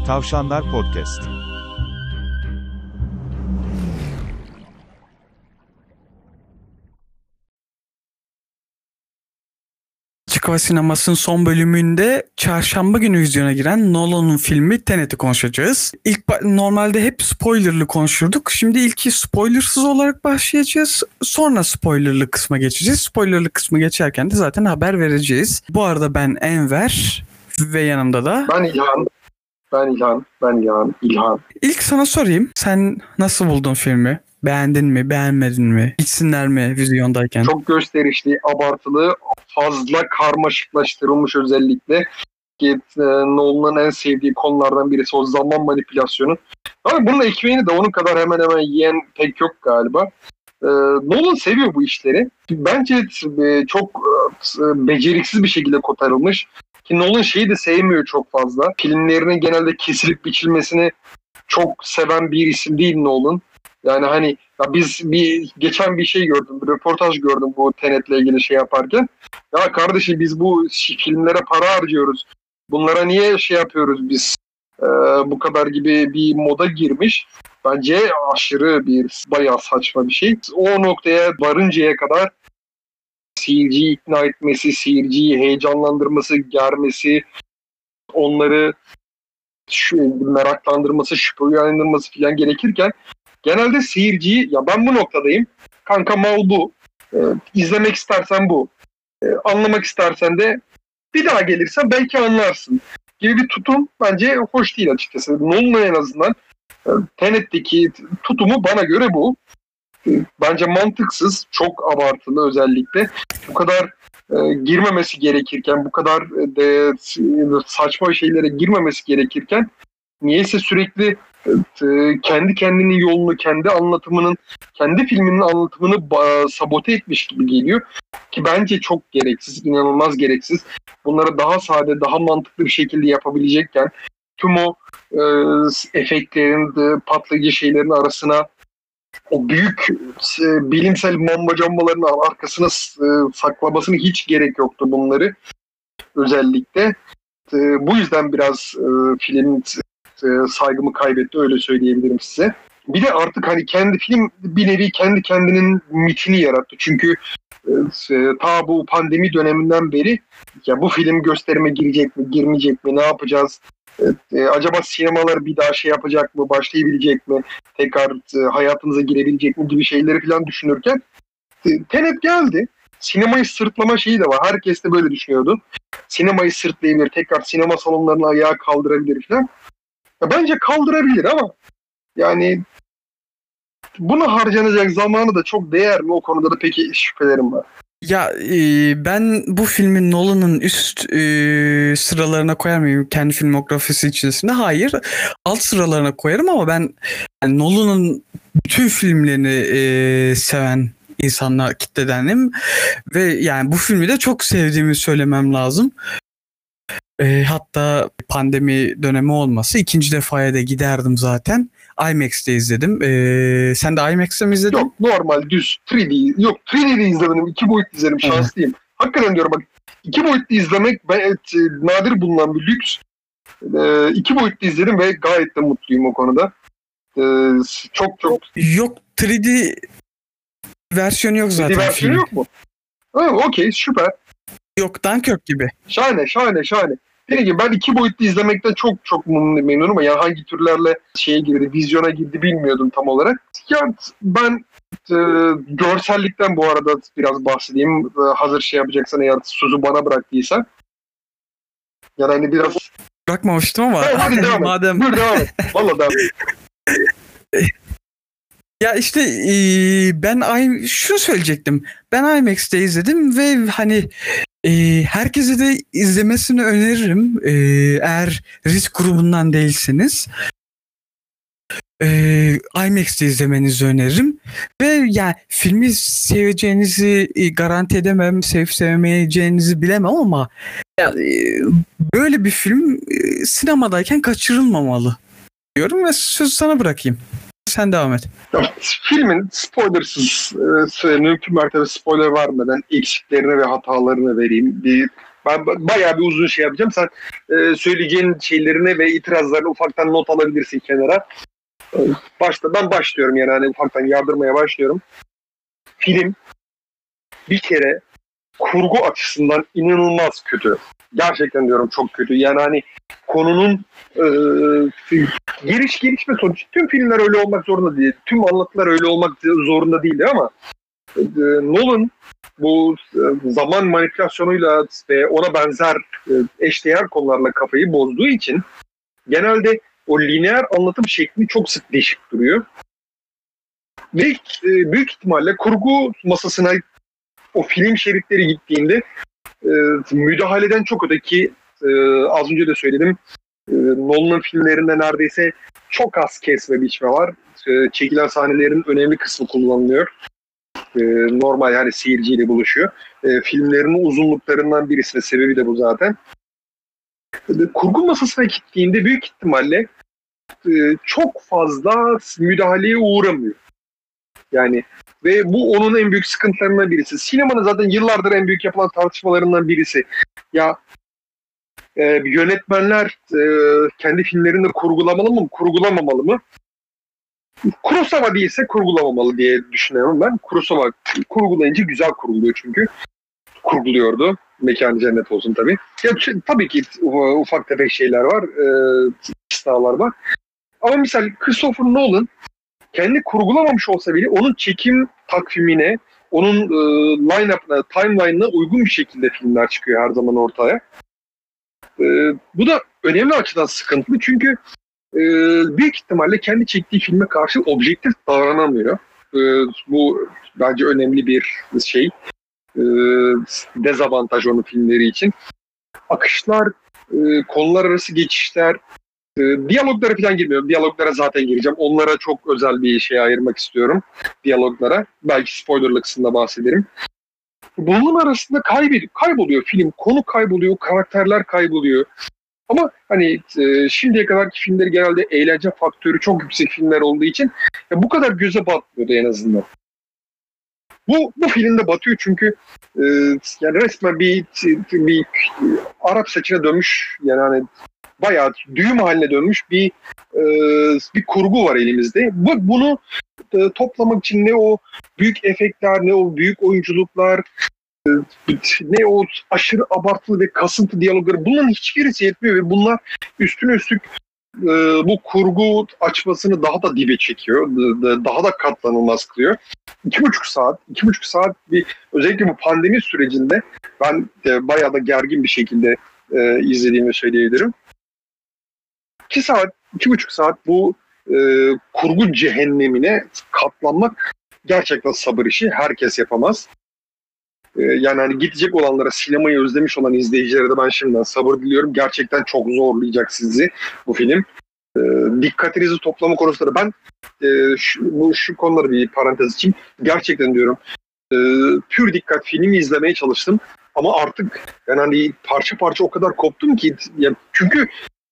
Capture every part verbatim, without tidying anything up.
Tavşanlar Podcast. Açık Hava Sineması'nın son bölümünde çarşamba günü vizyona giren Nolan'ın filmi Tenet'i konuşacağız. İlk normalde hep spoilerlı konuşurduk. Şimdi ilki spoilersız olarak başlayacağız. Sonra spoilerlı kısma geçeceğiz. Spoilerlı kısmı geçerken de zaten haber vereceğiz. Bu arada ben Enver ve yanımda da... Ben İlhan. Ben İlhan. Ben İlhan. İlhan. İlk sana sorayım. Sen nasıl buldun filmi? Beğendin mi, beğenmedin mi? Gitsinler mi vizyondayken? Çok gösterişli, abartılı, fazla karmaşıklaştırılmış özellikle. Ki e, Nolan'ın en sevdiği konulardan birisi o zaman manipülasyonu. Ama bunun ekmeğini de onun kadar hemen hemen yiyen pek yok galiba. E, Nolan seviyor bu işleri. Bence e, çok e, beceriksiz bir şekilde kotarılmış. Ki Nolan şeyi de sevmiyor çok fazla. Filmlerinin genelde kesilip biçilmesini çok seven bir isim değil Nolan. Yani hani ya biz bir geçen bir şey gördüm, bir röportaj gördüm bu Tenet'le ilgili şey yaparken. Ya kardeşim biz bu filmlere para harcıyoruz. Bunlara niye şey yapıyoruz biz? Ee, bu kadar gibi bir moda girmiş. Bence aşırı bir bayağı saçma bir şey. O noktaya varıncaya kadar seyirciyi ikna etmesi, seyirciyi heyecanlandırması, germesi, onları şu, meraklandırması, şüphe uyandırması falan gerekirken genelde seyirciyi, ya ben bu noktadayım, kanka mal bu, ee, izlemek istersen bu, ee, anlamak istersen de bir daha gelirsen belki anlarsın gibi bir tutum bence hoş değil açıkçası. Nolan'ın en azından e, Tenet'teki tutumu bana göre bu. E, bence mantıksız, çok abartılı özellikle. Bu kadar e, girmemesi gerekirken, bu kadar e, de, saçma şeylere girmemesi gerekirken niyeyse sürekli kendi kendinin yolunu, kendi anlatımının, kendi filminin anlatımını sabote etmiş gibi geliyor. Ki bence çok gereksiz, inanılmaz gereksiz. Bunları daha sade, daha mantıklı bir şekilde yapabilecekken tüm o e, efektlerin, de, patlayıcı şeylerin arasına o büyük e, bilimsel mambacambaların arkasına e, saklamasına hiç gerek yoktu bunları. Özellikle. E, bu yüzden biraz e, film saygımı kaybetti, öyle söyleyebilirim size. Bir de artık hani kendi film bir nevi kendi kendinin mitini yarattı. Çünkü e, ta bu pandemi döneminden beri ya bu film gösterime girecek mi, girmeyecek mi, ne yapacağız? E, acaba sinemalar bir daha şey yapacak mı, başlayabilecek mi, tekrar e, hayatımıza girebilecek mi gibi şeyleri falan düşünürken e, Tenet geldi. Sinemayı sırtlama şeyi de var. Herkes de böyle düşünüyordu. Sinemayı sırtlayabilir, tekrar sinema salonlarını ayağa kaldırabilir falan. Ya bence kaldırabilir ama yani buna harcanacak zamanı da çok değer mi, o konuda da peki şüphelerim var. Ya e, ben bu filmin Nolan'ın üst e, sıralarına koyar mıyım kendi filmografisi içerisinde? Hayır. Alt sıralarına koyarım ama ben yani Nolan'ın bütün filmlerini e, seven insanlar kitledenim ve yani bu filmi de çok sevdiğimi söylemem lazım. E, hatta pandemi dönemi olması ikinci defaya da giderdim zaten. IMAX'te izledim. E, sen de IMAX'te mi izledin? Yok, normal düz üç D. Yok, üç D'de izledim. iki boyutlu izledim. Şanslıyım. Hı. Hakikaten diyorum bak. iki boyutlu izlemek ben, evet, nadir bulunan bir lüks. E, iki boyutlu izledim ve gayet de mutluyum o konuda. E, çok çok. Yok, üç D versiyonu yok zaten. üç D versiyonu film. yok mu? Ha, okey, süper. Yok, Dunkirk gibi. Şahane, şahane, şahane. Dediğim gibi ben iki boyutlu izlemekten çok çok memnunum ama yani hangi türlerle şeye girdi, vizyona girdi bilmiyordum tam olarak. Yani ben e, görsellikten bu arada biraz bahsedeyim. E, hazır şey yapacaksan eğer sözü bana bıraktıysan. Yani hani biraz... Bırakmamıştım ama. Evet, hadi devam et. Madem... Buyur devam et. Valla devam et. Ya işte e, ben şunu söyleyecektim. Ben IMAX'te izledim ve hani e, herkese de izlemesini öneririm. E, eğer risk grubundan değilseniz. E, IMAX'te izlemenizi öneririm. Ve yani filmi seveceğinizi garanti edemem. Sevip sevmeyeceğinizi bilemem ama yani, e, böyle bir film e, sinemadayken kaçırılmamalı diyorum ve sözü sana bırakayım. Sen devam et. Filmin spoilersız, e, mümkün mertebe spoiler vermeden eksiklerini ve hatalarını vereyim. Bir Ben bayağı bir uzun şey yapacağım. Sen e, söyleyeceğin şeylerini ve itirazlarını ufaktan not alabilirsin kenara. E, başta ben başlıyorum yani hani ufaktan yardırmaya başlıyorum. Film bir kere kurgu açısından inanılmaz kötü. Gerçekten diyorum çok kötü. Yani hani konunun e, giriş gelişme sonuç. Tüm filmler öyle olmak zorunda değil. Tüm anlatılar öyle olmak zorunda değil ama e, Nolan bu e, zaman manipülasyonuyla ve ona benzer e, eşdeğer konularla kafayı bozduğu için genelde o lineer anlatım şekli çok sık değişik duruyor. Ve e, büyük ihtimalle kurgu masasına o film şeritleri gittiğinde e, müdahaleden çok öteki e, az önce de söyledim e, Nolan'ın filmlerinde neredeyse çok az kesme biçme var. E, çekilen sahnelerin önemli kısmı kullanılıyor. E, normal yani seyirciyle buluşuyor. E, filmlerin uzunluklarından birisinin sebebi de bu zaten. E, kurgu masasına gittiğinde büyük ihtimalle e, çok fazla müdahaleye uğramıyor. Yani ve bu onun en büyük sıkıntılarından birisi. Sinemanın zaten yıllardır en büyük yapılan tartışmalarından birisi. Ya e, yönetmenler e, kendi filmlerinde kurgulamalı mı, kurgulamamalı mı? Kurosawa değilse kurgulamamalı diye düşünüyorum ben. Kurosawa kurgulayınca güzel kurguluyor çünkü. Kurguluyordu. Mekanı cennet olsun tabii. Ya, tabii ki ufak tefek şeyler var. E, istisnalar var. Ama misal Christopher Nolan kendi kurgulamamış olsa bile onun çekim takvimine, onun e, line-up'ına, timeline'ına uygun bir şekilde filmler çıkıyor her zaman ortaya. E, bu da önemli açıdan sıkıntılı çünkü e, büyük ihtimalle kendi çektiği filme karşı objektif davranamıyor. E, bu bence önemli bir şey. E, dezavantaj onun filmleri için. Akışlar, e, konular arası geçişler, E, diyaloglara falan girmiyorum. Diyaloglara zaten gireceğim. Onlara çok özel bir şey ayırmak istiyorum. Diyaloglara. Belki spoilerlı kısmında bahsederim. Bunun arasında kaybediyor. Kayboluyor film. Konu kayboluyor. Karakterler kayboluyor. Ama hani e, şimdiye kadarki filmleri genelde eğlence faktörü çok yüksek filmler olduğu için ya bu kadar göze batmıyordu en azından. Bu bu filmde batıyor çünkü e, yani resmen bir, bir, bir Arap saçına dönmüş yani hani bayağı düğüm haline dönmüş bir e, bir kurgu var elimizde. Bu, bunu e, toplamak için ne o büyük efektler, ne o büyük oyunculuklar, e, ne o aşırı abartılı ve kasıntı diyalogları bunların hiçbirisi yetmiyor ve bunlar üstüne üstlük e, bu kurgu açmasını daha da dibe çekiyor. Daha da katlanılmaz kılıyor. İki buçuk saat, iki buçuk saat bir özellikle bu pandemi sürecinde ben e, bayağı da gergin bir şekilde e, izlediğimi söyleyebilirim. İki saat, iki buçuk saat bu e, kurgu cehennemine katlanmak gerçekten sabır işi. Herkes yapamaz. E, yani hani gidecek olanlara, sinemayı özlemiş olan izleyicilere de ben şimdiden sabır diliyorum. Gerçekten çok zorlayacak sizi bu film. E, dikkatinizi toplama konusunda ben e, şu, bu, şu konuları bir parantez için gerçekten diyorum. E, pür dikkat filmi izlemeye çalıştım. Ama artık yani hani parça parça o kadar koptum ki yani çünkü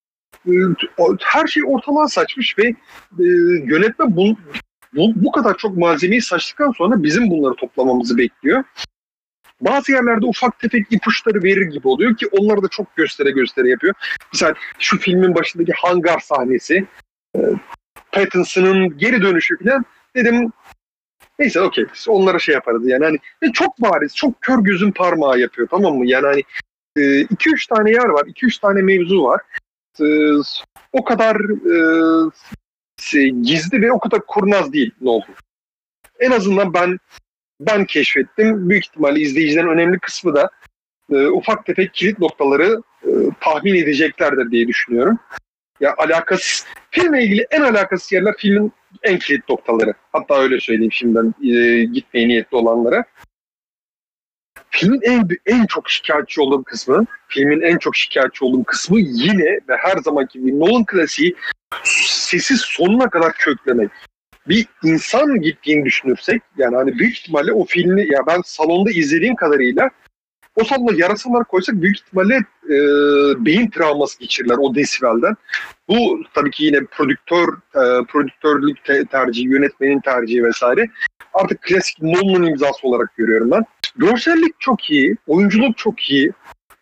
her şey ortalığa saçmış ve e, yönetmen bu, bu, bu kadar çok malzemeyi saçtıktan sonra bizim bunları toplamamızı bekliyor. Bazı yerlerde ufak tefek ipuçları verir gibi oluyor ki onları da çok göstere göstere yapıyor. Mesela şu filmin başındaki hangar sahnesi, e, Pattinson'ın geri dönüşü falan dedim neyse okey onlara şey yaparız yani hani çok bariz, çok kör gözün parmağı yapıyor tamam mı? Yani hani iki üç tane yer var, iki üç tane mevzu var. E, o kadar e, gizli ve o kadar kurnaz değil ne oldu. En azından ben ben keşfettim. Büyük ihtimalle izleyicilerin önemli kısmı da e, ufak tefek kilit noktaları e, tahmin edeceklerdir diye düşünüyorum. Ya alakasız, filmle ilgili en alakasız yerler filmin en kilit noktaları. Hatta öyle söyleyeyim şimdiden e, gitmeye niyetli olanlara. Filmin en en çok şikayetçi olduğum kısmı, filmin en çok şikayetçi olduğum kısmı yine ve her zamanki gibi Nolan klasiği sesi sonuna kadar köklemek. Bir insan gittiğini düşünürsek, yani hani büyük ihtimalle o filmi, ya ben salonda izlediğim kadarıyla o salonda yarasalar koysak büyük ihtimalle e, beyin travması geçirirler o desibelden. Bu tabii ki yine prodüktör, e, prodüktörlük te- tercihi, yönetmenin tercihi vesaire. Artık klasik Nolan'ın imzası olarak görüyorum ben. Görsellik çok iyi, oyunculuk çok iyi.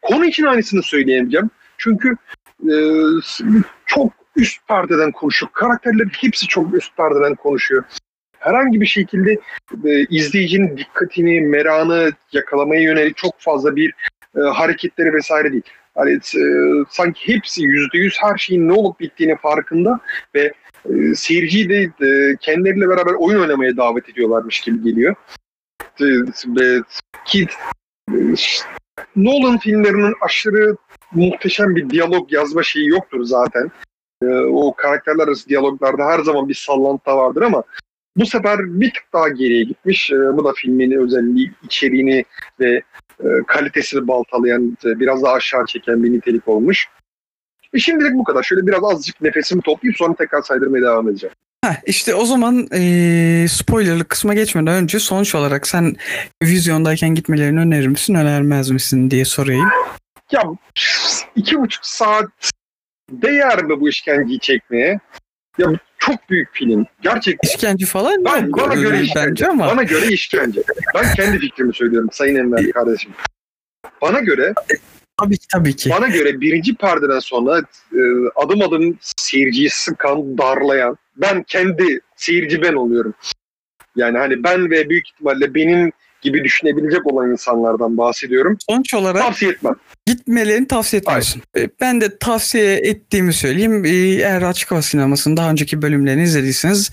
Konu için aynısını söyleyemeyeceğim. Çünkü e, çok üst perdeden konuşuyor. Karakterlerin hepsi çok üst perdeden konuşuyor. Herhangi bir şekilde e, izleyicinin dikkatini, merakını yakalamaya yönelik çok fazla bir e, hareketleri vesaire değil. Hani e, sanki hepsi yüzde yüz her şeyin ne olup bittiğini farkında ve e, seyirciyi de e, kendileriyle beraber oyun oynamaya davet ediyorlarmış gibi geliyor. E, e, ki e, Nolan filmlerinin aşırı muhteşem bir diyalog yazma şeyi yoktur zaten. E, o karakterler arası diyaloglarda her zaman bir sallantı vardır ama bu sefer bir tık daha geriye gitmiş. E, bu da filmin özelliği, içeriğini ve e, kalitesini baltalayan, e, biraz daha aşağı çeken bir nitelik olmuş. E şimdilik bu kadar. Şöyle biraz azıcık nefesimi toplayıp sonra tekrar saydırmaya devam edeceğim. Heh, işte o zaman e, spoilerlı kısma geçmeden önce sonuç olarak sen vizyondayken gitmelerini önerir misin, önermez misin diye sorayım. Ya iki buçuk saat değer mi bu işkenceyi çekmeye? Ya çok büyük film. Gerçekten. İşkence falan ben, yok bana göre işkence. bence ama. Bana göre işkence. Ben kendi fikrimi söylüyorum Sayın Enver kardeşim. Bana göre Tabii ki tabii ki. Bana göre birinci perdeden sonra e, adım adım seyirciyi sıkan, darlayan, ben kendi seyirci ben oluyorum. Yani hani ben ve büyük ihtimalle benim gibi düşünebilecek olan insanlardan bahsediyorum. Sonuç olarak tavsiye etmem. Gitmelerini tavsiye etmiyorsun. Hayır. Ben de tavsiye ettiğimi söyleyeyim. Eğer Açık Hava Sineması'nın daha önceki bölümlerini izlediyseniz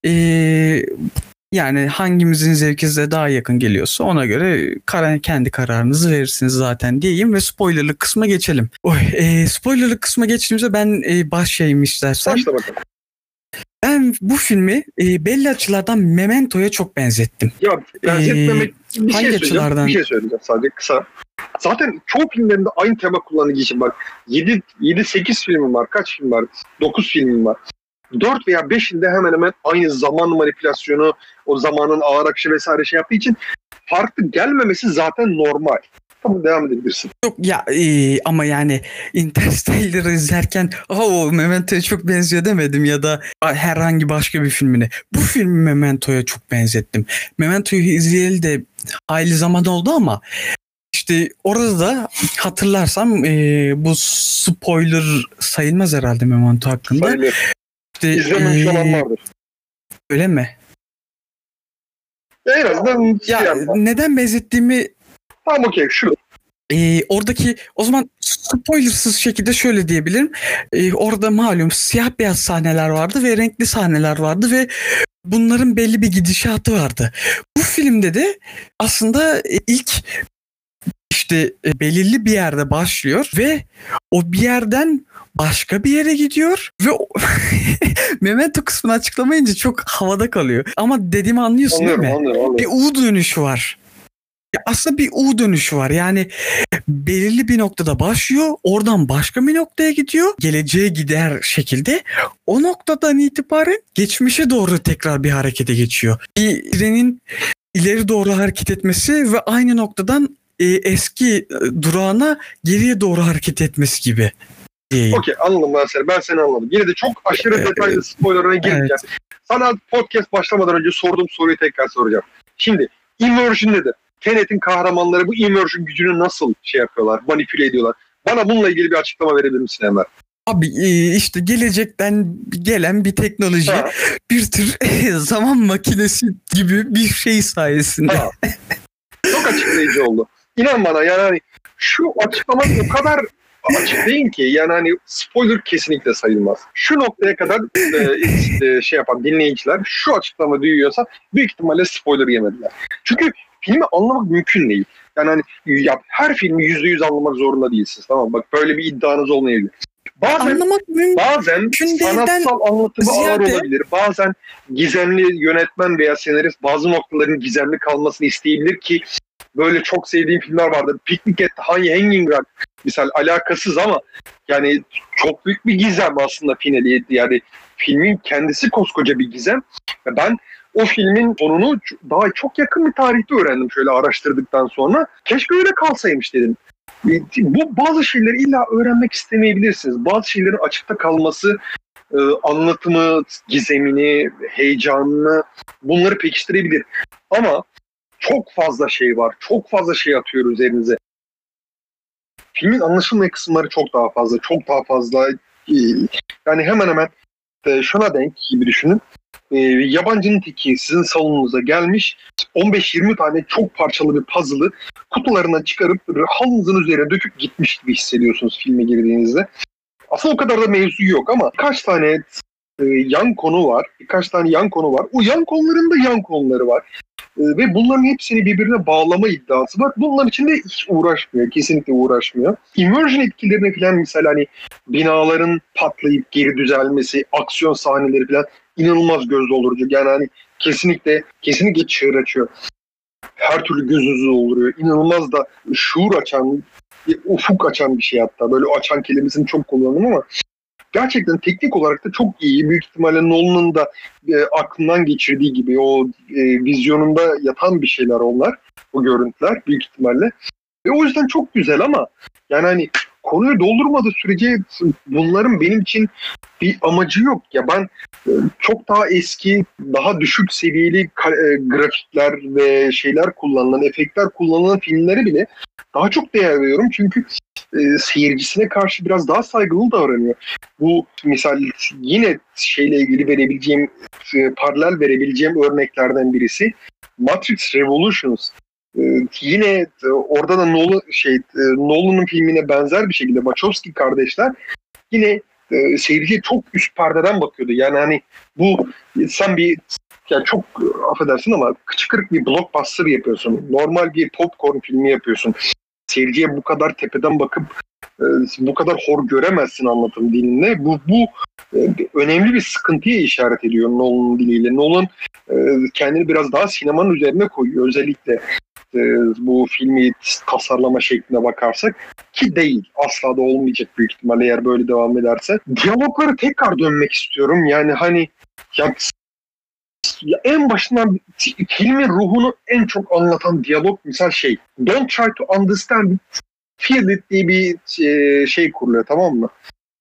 yani hangimizin zevki size daha yakın geliyorsa ona göre kar- kendi kararınızı verirsiniz zaten diyeyim ve spoilerlı kısma geçelim. Oy, e, spoilerlı kısma geçtiğimizde ben e, başlayayım istersen. Başla bakalım. Ben bu filmi e, belli açılardan Memento'ya çok benzettim. Ya benzetmemek ee, bir, şey açılardan? bir şey söyleyeceğim sadece kısa. Zaten çoğu filmlerinde aynı tema kullanıcı için bak yedi sekiz filmim var. Kaç film var? dokuz filmim var. dört veya beşinde hemen hemen aynı zaman manipülasyonu, o zamanın ağır akışı vesaire şey yaptığı için farklı gelmemesi zaten normal. Tamam, devam edebilirsin. Yok ya e, ama yani Interstellar'ı izlerken o Memento'ya çok benziyor demedim ya da herhangi başka bir filmine. Bu filmi Memento'ya çok benzettim. Memento'yu izleyeli de hayli zaman oldu ama işte orada da hatırlarsam e, bu spoiler sayılmaz herhalde Memento hakkında. Sayılır. İşte, İzlememiş e, olan vardır. Öyle mi? En azından ya, şey neden benzettiğimi tamam okey şu. Ee, oradaki o zaman spoilersız şekilde şöyle diyebilirim. Ee, orada malum siyah beyaz sahneler vardı ve renkli sahneler vardı ve bunların belli bir gidişatı vardı. Bu filmde de aslında ilk işte belirli bir yerde başlıyor ve o bir yerden başka bir yere gidiyor ve Memento kısmını açıklamayınca çok havada kalıyor. Ama dediğimi anlıyorsun anlıyorum, değil mi? Anlıyorum, anlıyorum. Bir U dönüşü var. Ya aslında bir U dönüşü var. Yani belirli bir noktada başlıyor. Oradan başka bir noktaya gidiyor. Geleceğe gider şekilde. O noktadan itibaren geçmişe doğru tekrar bir harekete geçiyor. Bir trenin ileri doğru hareket etmesi ve aynı noktadan e, eski durağına geriye doğru hareket etmesi gibi. Okey, anladım ben seni. Ben seni anladım. Yine de çok aşırı evet, detaylı spoilerına gireceğim. Evet. Sana podcast başlamadan önce sorduğum soruyu tekrar soracağım. Şimdi immersion nedir? Tenet'in kahramanları bu immersion gücünü nasıl şey yapıyorlar, manipüle ediyorlar? Bana bununla ilgili bir açıklama verebilir misin Enver? Abi işte gelecekten gelen bir teknoloji, ha. bir tür zaman makinesi gibi bir şey sayesinde. Ha. Çok açıklayıcı oldu. İnan bana yani hani şu açıklama o kadar açık değil ki yani hani spoiler kesinlikle sayılmaz. Şu noktaya kadar e, şey yapan dinleyiciler şu açıklama duyuyorsa büyük ihtimalle spoiler yemediler. Çünkü filmi anlamak mümkün değil. Yani hani ya, her filmi yüzde yüz anlamak zorunda değilsiniz. Tamam bak böyle bir iddianız olmayabilir. Bazen, anlamak mümkün bazen sanatsal anlatımı ziyade... ağır olabilir. Bazen gizemli yönetmen veya senarist bazı noktaların gizemli kalmasını isteyebilir ki böyle çok sevdiğim filmler vardır. Picnic at Hanging Rock misal alakasız ama yani çok büyük bir gizem aslında finali. Yani filmin kendisi koskoca bir gizem. Ben o filmin sonunu daha çok yakın bir tarihte öğrendim şöyle araştırdıktan sonra. Keşke öyle kalsaymış dedim. Bu bazı şeyleri illa öğrenmek istemeyebilirsiniz. Bazı şeylerin açıkta kalması anlatımı, gizemini, heyecanını bunları pekiştirebilir. Ama çok fazla şey var. Çok fazla şey atıyor üzerinize. filmin anlaşılmayan kısımları çok daha fazla. Çok daha fazla. E, yani hemen hemen e, şuna denk gibi düşünün. E, yabancının teki sizin salonunuza gelmiş on beş yirmi tane çok parçalı bir puzzle'ı kutularından çıkarıp halınızın üzerine döküp gitmiş gibi hissediyorsunuz filme girdiğinizde. Aslında o kadar da mevzu yok ama birkaç tane e, yan konu var. Birkaç tane yan konu var. O yan konuların da yan konuları var. E, ve bunların hepsini birbirine bağlama iddiası var. Bunlar için de hiç uğraşmıyor. Kesinlikle uğraşmıyor. Immersion etkilerine falan mesela hani binaların patlayıp geri düzelmesi, aksiyon sahneleri falan inanılmaz göz doldurucu. Yani hani kesinlikle kesinlikle çığır açıyor. Her türlü gözünüzü dolduruyor. İnanılmaz da şuur açan, ufuk açan bir şey hatta. Böyle açan kelimesini çok kullandım ama gerçekten teknik olarak da çok iyi. Büyük ihtimalle Nolan'ın da e, aklından geçirdiği gibi o e, vizyonunda yatan bir şeyler onlar. O görüntüler büyük ihtimalle. Ve o yüzden çok güzel ama yani hani konuyu doldurmadığı sürece bunların benim için bir amacı yok. Ya ben e, çok daha eski, daha düşük seviyeli ka- e, grafikler ve şeyler kullanılan, efektler kullanılan filmlere bile daha çok değer veriyorum. Çünkü e, seyircisine karşı biraz daha saygılı davranıyor. Bu misal yine şeyle ilgili verebileceğim, e, paralel verebileceğim örneklerden birisi Matrix Revolutions. Ee, yine e, orada da Nolan, şey, e, Nolan'ın filmine benzer bir şekilde Wachowski kardeşler yine e, seyirciye çok üst perdeden bakıyordu. Yani hani bu sen bir yani çok e, affedersin ama kıçkırık bir blockbuster yapıyorsun. Normal bir popcorn filmi yapıyorsun. Seyirciye bu kadar tepeden bakıp e, bu kadar hor göremezsin anlatım dilinle. Bu, bu e, önemli bir sıkıntıya işaret ediyor Nolan'ın diliyle. Nolan e, kendini biraz daha sinemanın üzerine koyuyor. Özellikle bu filmi tasarlama şekline bakarsak ki değil. Asla da olmayacak büyük ihtimalle eğer böyle devam ederse. Diyaloglara tekrar dönmek istiyorum. Yani hani ya, ya en başından filmin ruhunu en çok anlatan diyalog misal şey Don't try to understand it, feel it diye bir şey kuruluyor, tamam mı?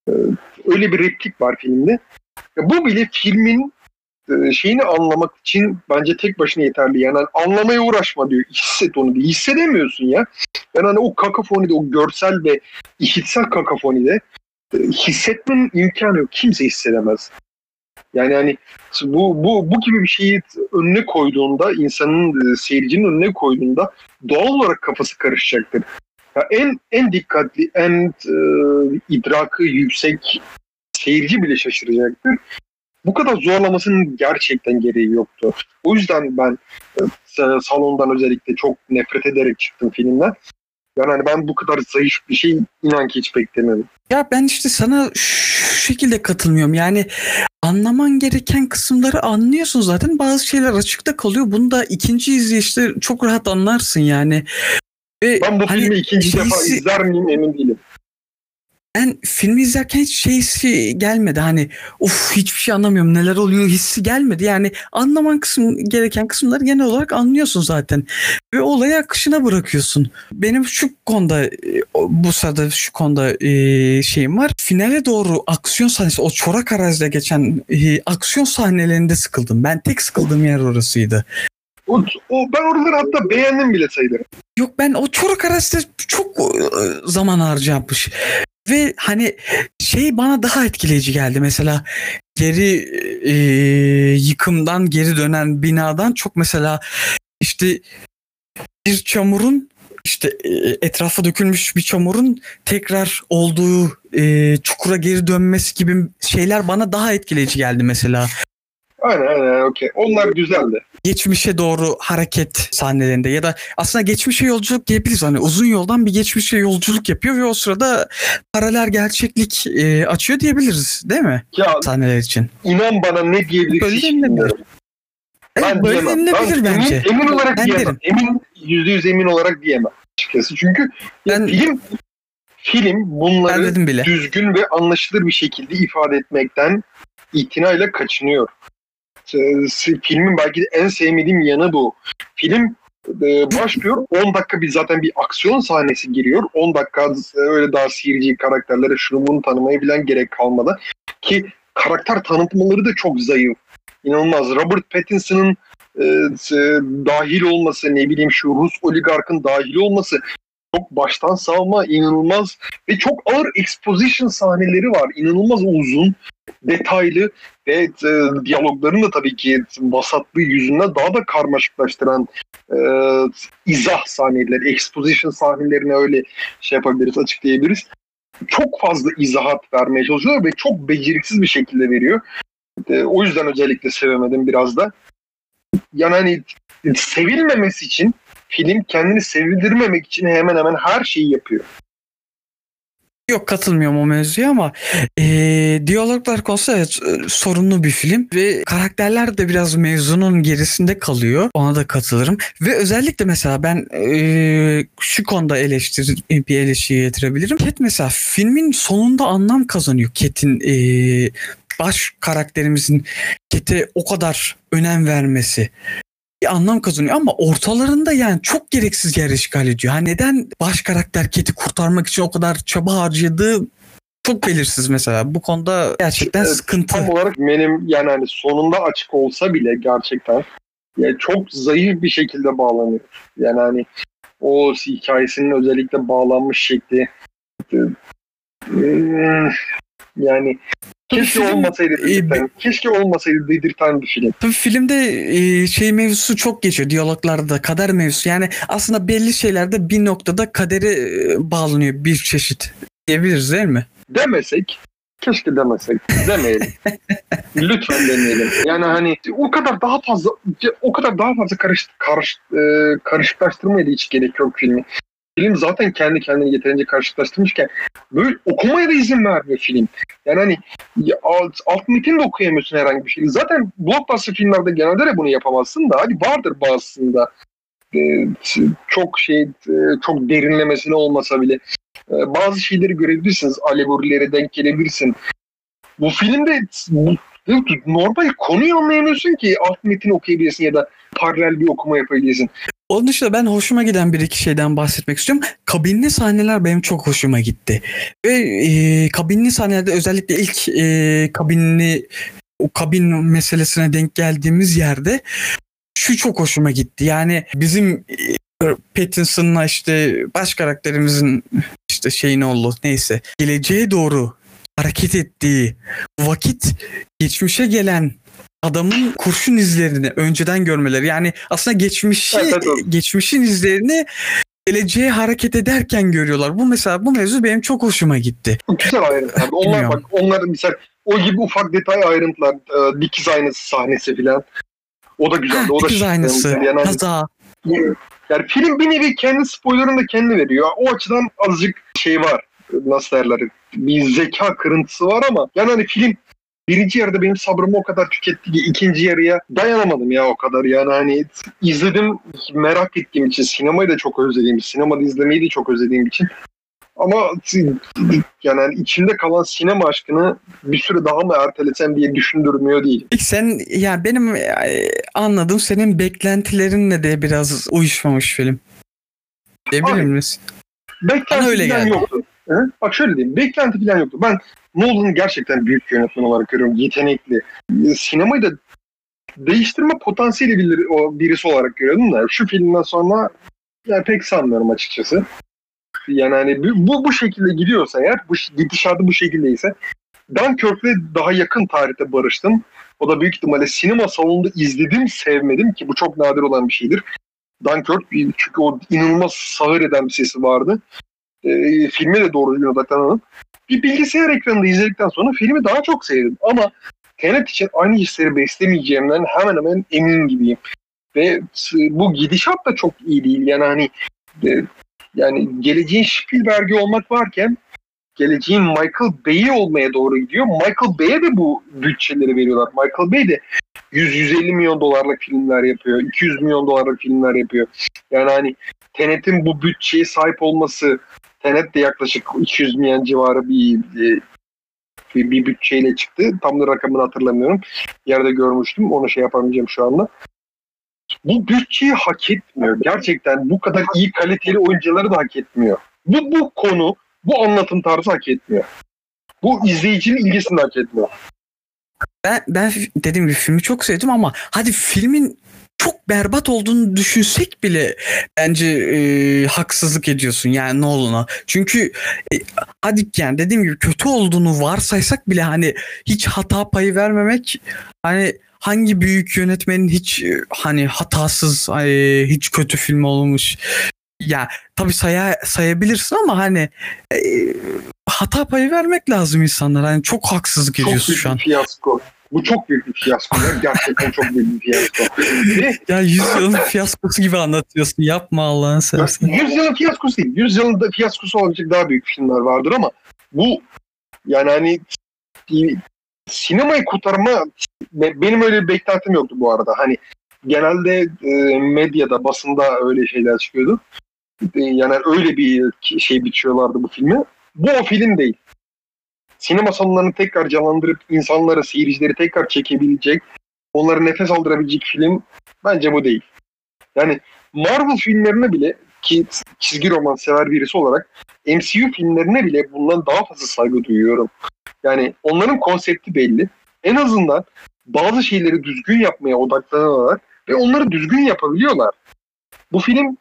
Öyle bir replik var filmde. Ya bu bile filmin şeyini anlamak için bence tek başına yeterli. Yani anlamaya uğraşma diyor. Hisset onu diyor. Hissedemiyorsun ya. Yani hani o kakafonide, o görsel ve işitsel kakafonide hissetmenin imkanı yok. Kimse hissedemez. Yani hani bu bu bu gibi bir şeyi önüne koyduğunda, insanın seyircinin önüne koyduğunda doğal olarak kafası karışacaktır. Ya en en dikkatli, en e, idrakı yüksek seyirci bile şaşıracaktır. Bu kadar zorlamasının gerçekten gereği yoktu. O yüzden ben e, salondan özellikle çok nefret ederek çıktım filmden. Yani hani ben bu kadar zayıf bir şey inan ki hiç beklemedim. Ya ben işte sana şu şekilde katılmıyorum. Yani anlaman gereken kısımları anlıyorsun zaten. Bazı şeyler açıkta kalıyor. Bunu da ikinci izleyişte çok rahat anlarsın yani. Ve ben bu hani filmi ikinci şeysi... defa izler miyim emin değilim. Ben filmi izlerken hiç şeysi gelmedi. Hani of hiçbir şey anlamıyorum, neler oluyor hissi gelmedi. Yani anlaman kısım, gereken kısımları genel olarak anlıyorsun zaten. Ve olayı akışına bırakıyorsun. Benim şu konuda bu sırada şu konuda e, şeyim var. Finale doğru aksiyon sahnesi, o çorak arazide geçen e, aksiyon sahnelerinde sıkıldım. Ben tek sıkıldığım yer orasıydı. O, o, ben oraları hatta beğendim bile sayılır. Yok, ben o çorak arazide çok e, zaman harcamış. Ve hani şey bana daha etkileyici geldi mesela, geri e, yıkımdan geri dönen binadan çok mesela işte bir çamurun işte e, etrafa dökülmüş bir çamurun tekrar olduğu e, çukura geri dönmesi gibi şeyler bana daha etkileyici geldi mesela. Aynen aynen okey. Onlar güzeldi. Geçmişe doğru hareket sahnelerinde ya da aslında geçmişe yolculuk diyebiliriz. Hani uzun yoldan bir geçmişe yolculuk yapıyor ve o sırada paralel gerçeklik e, açıyor diyebiliriz değil mi? Ya, sahneler için. İnan bana ne diyebilirsin hiç bilmiyorum. Evet, Ben böyle denilebilir bence. Emin, emin olarak ben diyemem. Derim. Emin, yüzde yüz emin olarak diyemem açıkçası. Çünkü ben, film film bunları bile. düzgün ve anlaşılır bir şekilde ifade etmekten itinayla kaçınıyor. Filmin belki de en sevmediğim yanı bu. Film başlıyor. on dakika bir zaten bir aksiyon sahnesi giriyor. on dakika öyle daha seyirci karakterlere şunu bunu tanımaya bilen gerek kalmadı. Ki karakter tanıtmaları da çok zayıf. İnanılmaz. Robert Pattinson'ın e, dahil olması, ne bileyim şu Rus oligarkın dahil olması çok baştan savma, inanılmaz ve çok ağır exposition sahneleri var. İnanılmaz uzun, detaylı ve e, diyalogların da tabii ki vasatlığı yüzünden daha da karmaşıklaştıran e, izah sahneleri, exposition sahnelerini öyle şey yapabiliriz, açıklayabiliriz. Çok fazla izahat vermeye çalışıyor ve çok beceriksiz bir şekilde veriyor. E, o yüzden özellikle sevemedim biraz da. Yani hani sevilmemesi için, film kendini sevildirmemek için hemen hemen her şeyi yapıyor. Yok, katılmıyorum o mevzuya ama e, diyaloglar konusunda evet, sorunlu bir film ve karakterler de biraz mevzunun gerisinde kalıyor. Ona da katılırım. Ve özellikle mesela ben e, şu konuda eleştir, bir eleştiri getirebilirim. Cat mesela filmin sonunda anlam kazanıyor. Cat'in e, baş karakterimizin Cat'e o kadar önem vermesi bir anlam kazanıyor ama ortalarında yani çok gereksiz yer işgal ediyor. Ha, neden baş karakter Cat'i kurtarmak için o kadar çaba harcadığı çok belirsiz mesela. Bu konuda gerçekten Evet, sıkıntı. Tam olarak benim yani hani sonunda açık olsa bile gerçekten yani çok zayıf bir şekilde bağlanıyor. Yani hani o hikayesinin özellikle bağlanmış şekli yani keşke film, olmasaydı dedirten, e, keşke olmasaydı dedirten bir film. Tabii filmde e, şey mevzusu çok geçiyor diyaloglarda, kader mevzusu. Yani aslında belli şeylerde bir noktada kadere e, bağlanıyor bir çeşit diyebiliriz değil mi? Demesek, keşke demesek, demeyelim. Lütfen demeyelim. Yani hani o kadar daha fazla o kadar daha fazla karış, karış, e, karışıklaştırmaya da hiç gerek yok filmi. Film zaten kendi kendini yeterince karşılaştırmışken böyle okumaya da izin vermiyor film. Yani hani alt, alt metin de okuyamıyorsun herhangi bir şey. Zaten blockbuster filmlerde genelde de bunu yapamazsın da hadi vardır bazısında ee, çok şey çok derinlemesine olmasa bile ee, bazı şeyleri görebilirsiniz, alegorilere denk gelebilirsin. Bu filmde normal konuyu anlayamıyorsun ki alt metin okuyabilirsin ya da paralel bir okuma yapabilirsin. Onun dışında ben hoşuma giden bir iki şeyden bahsetmek istiyorum. Kabinli sahneler benim çok hoşuma gitti. Ve e, kabinli sahnelerde özellikle ilk e, kabinli o kabin meselesine denk geldiğimiz yerde şu çok hoşuma gitti. Yani bizim e, Pattinson'la işte baş karakterimizin işte şeyin oldu neyse geleceğe doğru hareket ettiği vakit geçmişe gelen adamın kurşun izlerini önceden görmeleri. Yani aslında geçmişi evet, evet. geçmişin izlerini geleceğe hareket ederken görüyorlar. Bu mesela bu mevzu benim çok hoşuma gitti. Güzel ayrıntılar. Onlar bak onlar mesela o gibi ufak detay ayrıntılar, e, dikiz aynası sahnesi filan. O da güzeldi. Ha, o dikiz da aynası. Yani, kaza. Yani film bir nevi kendi spoilerını da kendi veriyor. O açıdan azıcık şey var. Nasıl derler? Bir zeka kırıntısı var ama yani hani film birinci yarıda benim sabrımı o kadar tüketti ki ikinci yarıya dayanamadım ya o kadar. Yani hani izledim merak ettiğim için, sinemayı da çok özlediğim için, sinemada izlemeyi de çok özlediğim için. Ama yani içimde kalan sinema aşkını bir süre daha mı ertelesem diye düşündürmüyor değil. Sen ya benim anladığım senin beklentilerinle de biraz uyuşmamış film. Diyebilir misin? Beklenti falan yoktu. Hı? Bak şöyle diyeyim. Beklenti falan yoktu. Ben Nolan'ı gerçekten büyük yönetmen olarak görüyorum. Yetenekli. Sinemayı da değiştirme potansiyeli birisi olarak görüyordum da şu filmden sonra yani pek sanmıyorum açıkçası. Yani hani bu bu şekilde gidiyorsa eğer, bu gidişatı bu şekildeyse Dunkirk'le daha yakın tarihte barıştım. O da büyük ihtimalle sinema salonunda izledim, sevmedim ki bu çok nadir olan bir şeydir. Dunkirk çünkü o inanılmaz sağır eden bir sesi vardı. E, filme de doğru düzgün odaklanalım. Bir bilgisayar ekranında izledikten sonra filmi daha çok sevdim. Ama Tenet için aynı hisleri beslemeyeceğimden hemen hemen emin gibiyim. Ve bu gidişat da çok iyi değil. Yani hani e, yani geleceğin Spielberg'i olmak varken geleceğin Michael Bay'i olmaya doğru gidiyor. Michael Bay'e de bu bütçeleri veriyorlar. Michael Bay de yüz yüz elli milyon dolarlık filmler yapıyor. iki yüz milyon dolarlık filmler yapıyor. Yani hani Tenet'in bu bütçeye sahip olması, Tenet de yaklaşık iki yüz milyon civarı bir, bir, bir bütçeyle çıktı. Tam da rakamını hatırlamıyorum. Yerde görmüştüm. Onu şey yapamayacağım şu anda. Bu bütçeyi hak etmiyor. Gerçekten bu kadar iyi kaliteli oyuncuları da hak etmiyor. Bu, bu konu, bu anlatım tarzı hak etmiyor. Bu izleyicinin ilgisini de hak etmiyor. Ben, ben dediğim gibi filmi çok sevdim ama hadi filmin çok berbat olduğunu düşünsek bile bence e, haksızlık ediyorsun yani Nolan'a. Çünkü e, hadi yani dediğim gibi kötü olduğunu varsaysak bile hani hiç hata payı vermemek, hani hangi büyük yönetmenin hiç e, hani hatasız e, hiç kötü film olmuş. Ya tabii saya, sayabilirsin ama hani e, hata payı vermek lazım insanlara. Hani çok haksızlık Çok ediyorsun büyük şu an. bir fiyasko. Bu çok büyük bir fiyasko. Ya. Gerçekten çok büyük bir fiyasko. Ve Ya yüzyılın fiyaskosu gibi anlatıyorsun. Yapma Allah'ını seversen. yüzyılın fiyaskosu değil. Yüzyılın da fiyaskosu olabilecek daha büyük filmler vardır ama bu yani hani sinemayı kurtarma, benim öyle bir beklentim yoktu bu arada. Hani genelde e, medyada, basında öyle şeyler çıkıyordu. E, yani öyle bir şey biçiyorlardı bu filmi. Bu o film değil. Sinema salonlarını tekrar canlandırıp insanları, seyircileri tekrar çekebilecek, onları nefes aldırabilecek film bence bu değil. Yani Marvel filmlerine bile, ki çizgi roman sever birisi olarak M C U filmlerine bile bundan daha fazla saygı duyuyorum. Yani onların konsepti belli. En azından bazı şeyleri düzgün yapmaya odaklanarak ve onları düzgün yapabiliyorlar. Bu film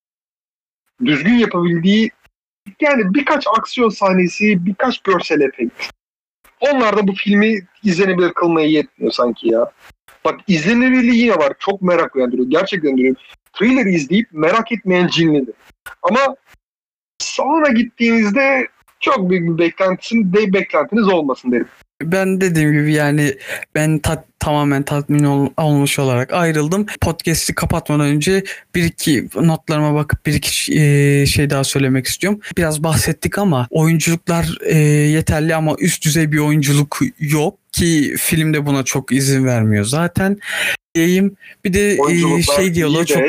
düzgün yapabildiği yani birkaç aksiyon sahnesi, birkaç görsel efekt. Onlar da bu filmi izlenebilir kılmaya yetmiyor sanki ya. Bak izlenebilirliği yine var. Çok merak uyandırıyor. Gerçekten diyorum. Thriller izleyip merak etmeyen cinlidir. Ama salona gittiğinizde çok büyük bir beklentisiniz, de beklentiniz olmasın derim. Ben dediğim gibi yani ben tat, tamamen tatmin ol, olmuş olarak ayrıldım. Podcast'i kapatmadan önce bir iki notlarıma bakıp bir iki e, şey daha söylemek istiyorum. Biraz bahsettik ama oyunculuklar e, yeterli ama üst düzey bir oyunculuk yok ki filmde buna çok izin vermiyor zaten. Diyeyim. Bir de e, şey diyaloğu çok...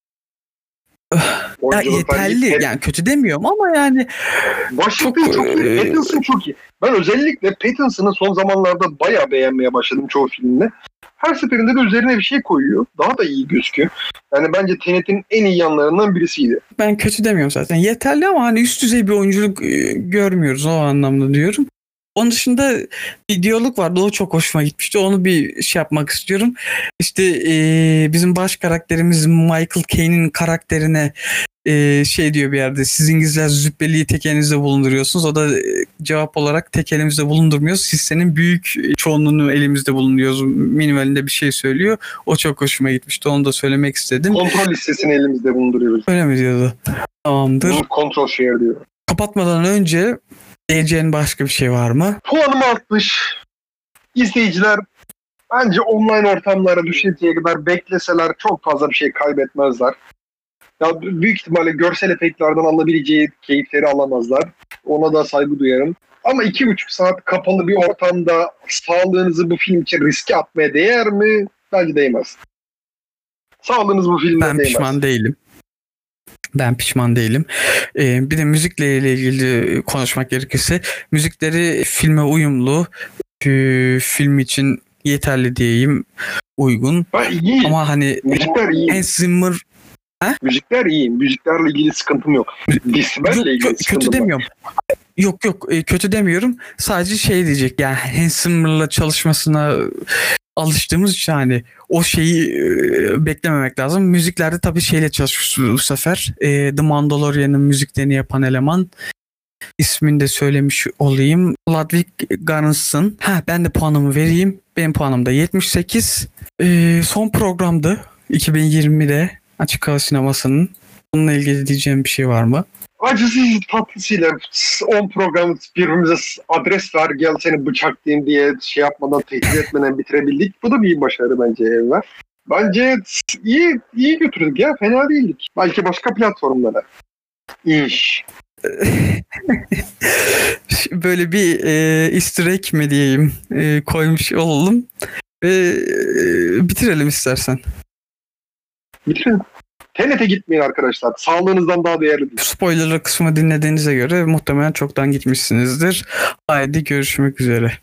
Ya yeterli yani kötü demiyorum ama yani başlıklı çok, çok iyi. Pattinson çok iyi. Ben özellikle Pattinson'ın son zamanlarda bayağı beğenmeye başladım çoğu filmde. Her seferinde de üzerine bir şey koyuyor. Daha da iyi gözüküyor. Yani bence Tenet'in en iyi yanlarından birisiydi. Ben kötü demiyorum zaten. Yeterli ama hani üst düzey bir oyunculuk görmüyoruz o anlamda diyorum. Onun dışında bir diyalog vardı. O çok hoşuma gitmişti. Onu bir şey yapmak istiyorum. İşte e, bizim baş karakterimiz Michael Caine'in karakterine e, şey diyor bir yerde. Siz İngilizler züppeliği tek elinizde bulunduruyorsunuz. O da e, cevap olarak tek elimizde bulundurmuyoruz. Siz senin büyük çoğunluğunu elimizde bulunduruyoruz. Minimalinde bir şey söylüyor. O çok hoşuma gitmişti. Onu da söylemek istedim. Kontrol listesini elimizde bulunduruyoruz. Öyle mi diyordu? Tamamdır. Kontrol share diyor. Kapatmadan önce diyeceğin başka bir şey var mı? Puanım altmış. İzleyiciler bence online ortamlara düşünceye kadar bekleseler çok fazla bir şey kaybetmezler. Ya büyük ihtimalle görsel efektlerden alabileceği keyifleri alamazlar. Ona da saygı duyarım. Ama iki buçuk saat kapalı bir ortamda sağlığınızı bu film için riske atmaya değer mi? Bence değmez. Sağlığınız bu filmde ben değmez. Ben pişman değilim. Ben pişman değilim. Ee, bir de müzikle ilgili konuşmak gerekirse müzikleri filme uyumlu, e, film için yeterli diyeyim, uygun. Ha, iyi. Ama hani müzikler iyi. Hans Zimmer ha? Müzikler iyi. Müziklerle ilgili sıkıntım yok. Disibelle ilgili kötü sıkıntım demiyorum. Yok yok kötü demiyorum. Sadece şey diyecek yani Hans Zimmer'la çalışmasına alıştığımız için hani o şeyi e, beklememek lazım. Müziklerde tabii şeyle çalışıyoruz bu sefer. E, The Mandalorian'ın müziklerini yapan eleman. İsmini de söylemiş olayım. Ludwig Göransson. Ha ben de puanımı vereyim. Benim puanım da yetmiş sekiz. E, son programdı. iki bin yirmide Açık Hava Sineması'nın. Bununla ilgili diyeceğim bir şey var mı? Acısız tatlısıyla on program birbirimize adres ver gel seni bıçaklayayım diye şey yapmadan tehdit etmeden bitirebildik. Bu da bir başarı bence Enver. Bence iyi iyi götürdük ya fena değildik. Belki başka platformlara. İş. Böyle bir e, easter egg mi diyeyim e, koymuş olalım ve e, bitirelim istersen. Bitirelim. Tenet'e gitmeyin arkadaşlar. Sağlığınızdan daha değerli değil. Spoiler kısmı dinlediğinize göre muhtemelen çoktan gitmişsinizdir. Haydi görüşmek üzere.